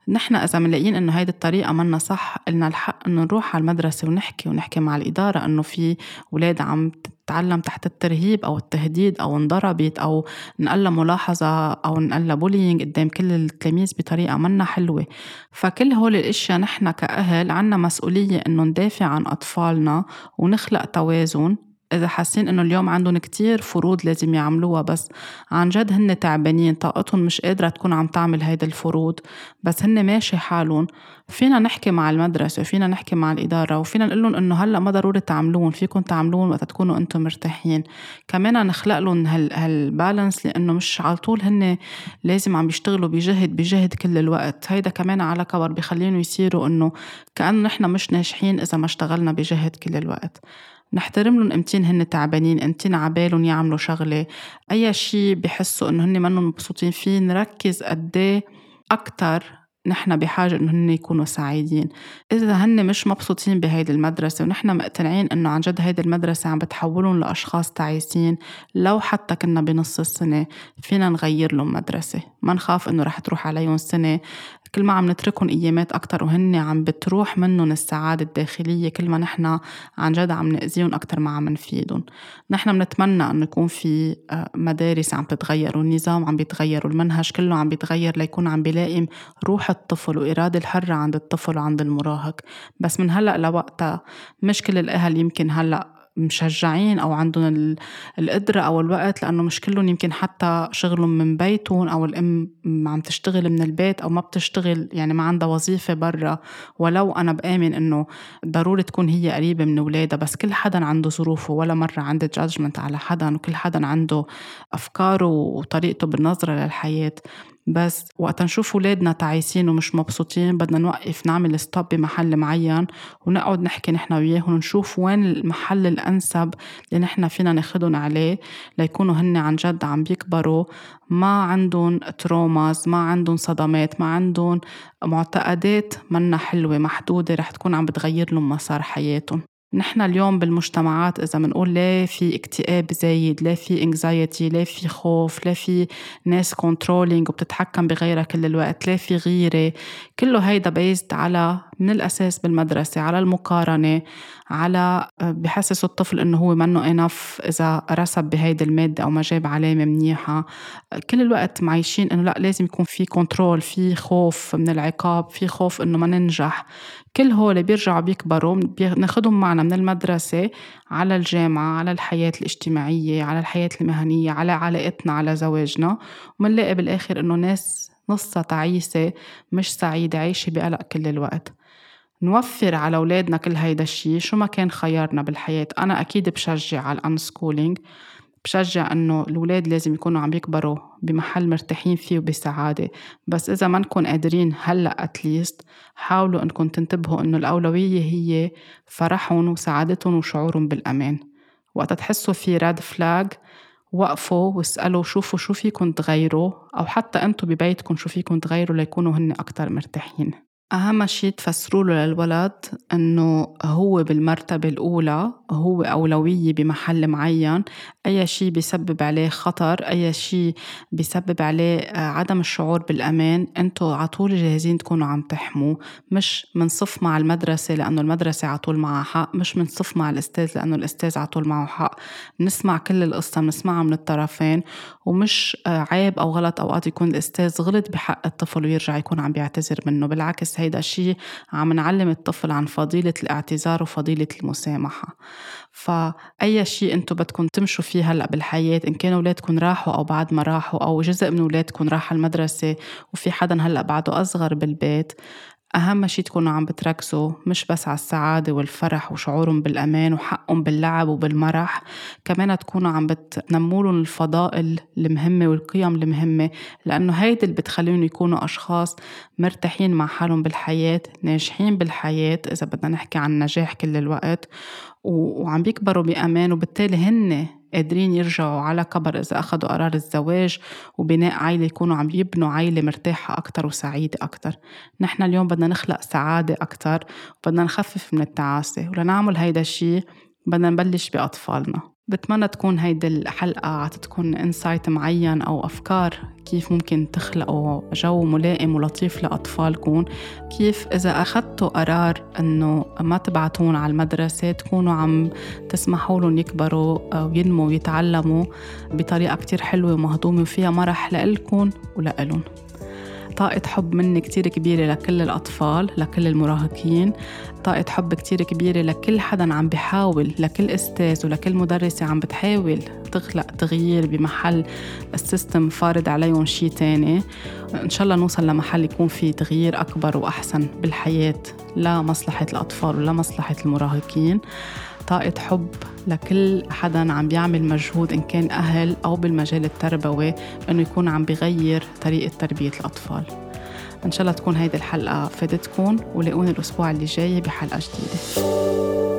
نحن إذا منلاقيين إنه هيدي الطريقة منا صح، إلنا الحق إنه نروح على المدرسة ونحكي مع الإدارة إنه في ولاد عم تتعلم تحت الترهيب أو التهديد أو انضربت أو نقلها ملاحظة أو نقلها بولينج قدام كل التلاميذ بطريقة منا حلوة. فكل هول الأشياء نحن كأهل عنا مسؤولية إنه ندافع عن أطفالنا ونخلق توازن. إذا حاسين إنه اليوم عندهم كتير فروض لازم يعملوها بس عن جد هن تعبانين طاقتهم مش قادرة تكون عم تعمل هيدا الفروض، بس هن ماشي حالهم، فينا نحكي مع المدرسة وفينا نحكي مع الإدارة وفينا نقول إنه هلأ ما ضروري تعملون، فيكن تعملون وقت تكونوا أنتم مرتاحين. كمان نخلق لهم هالبالانس، لأنه مش على طول هن لازم عم بيشتغلوا بجهد كل الوقت. هيدا كمان على كبر بيخلينه يصيروا إنه كأنه نحنا مش ناجحين إذا ما اشتغلنا بجهد كل الوقت. نحترم لهم امتين هن تعبانين، امتين عبالهم يعملوا شغلة، أي شي بحسوا إنه هن منهم مبسوطين فيه نركز قديه أكتر. نحن بحاجة إنه هن يكونوا سعيدين. إذا هن مش مبسوطين بهيدي المدرسة ونحن مقتنعين إنه عن جد هيدي المدرسة عم بتحولون لأشخاص تعيسين، لو حتى كنا بنص السنة فينا نغير لهم مدرسة، ما نخاف إنه رح تروح عليهم سنة. كل ما عم نتركهم أيامات أكتر وهن عم بتروح منهم السعادة الداخلية، كل ما نحن عن جد عم نأذيهم أكتر ما عم نفيدهم. نحن بنتمنى أن يكون في مدارس عم تتغير والنظام عم بيتغير والمنهج كله عم بيتغير ليكون عم بيلائم روح الطفل وإرادة الحرة عند الطفل وعند المراهق. بس من هلأ لوقتها مش كل الأهل يمكن هلأ مشجعين أو عندهم القدرة أو الوقت، لأنه مش كلهم يمكن حتى شغلهم من بيتهم أو الأم عم تشتغل من البيت أو ما بتشتغل، يعني ما عندها وظيفة برا. ولو أنا بآمن إنه ضروري تكون هي قريبة من أولادها، بس كل حدا عنده ظروفه، ولا مرة عندي جادجمنت على حدا، وكل حدا عنده أفكاره وطريقته بالنظرة للحياة. بس وقت نشوف أولادنا تعيسين ومش مبسوطين بدنا نوقف نعمل ستوب بمحل معين ونقعد نحكي نحن وياهم ونشوف وين المحل الأنسب اللي نحن فينا ناخدهم عليه ليكونوا هن عن جد عم بيكبروا ما عندهم تروماز، ما عندهم صدمات، ما عندهم معتقدات منا حلوة محدودة رح تكون عم بتغير لهم مسار حياتهم. نحن اليوم بالمجتمعات إذا منقول لا في اكتئاب زايد، لا في anxiety، لا في خوف، لا في ناس controlling وبتتحكم بغيرها كل الوقت، لا في غيرة، كله هيدا بيزد على من الأساس بالمدرسة على المقارنة، على بحسس الطفل إنه هو منه enough إذا رسب بهيدا المادة أو ما جاب علامة منيحة. كل الوقت معيشين إنه لا لازم يكون في كنترول، في خوف من العقاب، في خوف إنه ما ننجح. كل هول بيرجعوا بيكبروا ناخدهم معنا من المدرسة على الجامعة، على الحياة الاجتماعية، على الحياة المهنية، على علاقتنا، على زواجنا، ومنلاقي بالآخر إنه ناس نصها تعيسة مش سعيدة عايشة بقلق كل الوقت. نوفر على أولادنا كل هيدا الشي شو ما كان خيارنا بالحياة. أنا أكيد بشجع على الأنسكولينج، بشجع أنه الأولاد لازم يكونوا عم يكبروا بمحل مرتاحين فيه وبسعادة. بس إذا ما نكون قادرين هلأ أتليست حاولوا أنكم تنتبهوا أنه الأولوية هي فرحهم وسعادتهم وشعورهم بالأمان. وقت تحسوا في ريد فلاج وقفوا واسألوا شوفوا شو فيكم تغيروا، أو حتى أنتوا ببيتكم شو فيكم تغيروا ليكونوا هن أكتر مرتاحين. أهم شي تفسروا له للولد أنه هو بالمرتبة الأولى، هو أولوية بمحل معين. أي شي بيسبب عليه خطر، أي شي بيسبب عليه عدم الشعور بالأمان، أنتوا عطول جاهزين تكونوا عم تحموا. مش منصف مع المدرسة لأنه المدرسة عطول معها حق، مش منصف مع الأستاذ لأنه الأستاذ عطول معه حق. نسمع كل القصة، نسمعها من الطرفين، ومش عيب أو غلط أوقات يكون الأستاذ غلط بحق الطفل ويرجع يكون عم بيعتذر منه. بالعكس هيدا الشيء عم نعلم الطفل عن فضيلة الاعتذار وفضيلة المسامحة. فأي شيء أنتوا بدكم تمشوا فيه هلأ بالحياة، إن كانوا أولادكم راحوا أو بعد ما راحوا أو جزء من أولادكم راح المدرسة وفي حدا هلأ بعده أصغر بالبيت، أهم شي تكونوا عم بتركزوا مش بس على السعادة والفرح وشعورهم بالأمان وحقهم باللعب وبالمرح، كمان تكونوا عم بتنمولهم الفضائل المهمة والقيم المهمة، لأنه هيدا اللي بتخليهم يكونوا أشخاص مرتاحين مع حالهم بالحياة، ناجحين بالحياة إذا بدنا نحكي عن نجاح كل الوقت، وعم بيكبروا بأمان، وبالتالي هن قادرين يرجعوا على كبر إذا أخذوا قرار الزواج وبناء عائلة يكونوا عم يبنوا عائلة مرتاحة أكتر وسعيدة أكتر. نحن اليوم بدنا نخلق سعادة أكتر وبدنا نخفف من التعاسة، ولنعمل هيدا الشي بدنا نبلش بأطفالنا. بتمنى تكون هيدي الحلقة عطتكم إنسايت معين أو أفكار كيف ممكن تخلقوا جو ملائم ولطيف لأطفالكم، كيف إذا أخذتوا قرار أنه ما تبعتون على المدرسة تكونوا عم تسمحوا لهم يكبروا وينموا ويتعلموا بطريقة كتير حلوة ومهضومة وفيها مرح لإلكم ولإلهم. طاقة حب مني كتير كبيرة لكل الأطفال، لكل المراهقين، طاقة حب كتير كبيرة لكل حدا عم بيحاول، لكل أستاذ ولكل مدرسة عم بتحاول تخلق تغيير بمحل السيستم فارض عليهم شي تاني. إن شاء الله نوصل لمحل يكون فيه تغيير أكبر وأحسن بالحياة لمصلحة الأطفال ولمصلحة المراهقين. طاقة حب لكل حدا عم بيعمل مجهود إن كان أهل أو بالمجال التربوي إنه يكون عم بيغير طريقة تربية الأطفال. إن شاء الله تكون هيدي الحلقة فادتكم، ولاقوني الأسبوع اللي جاي بحلقة جديدة.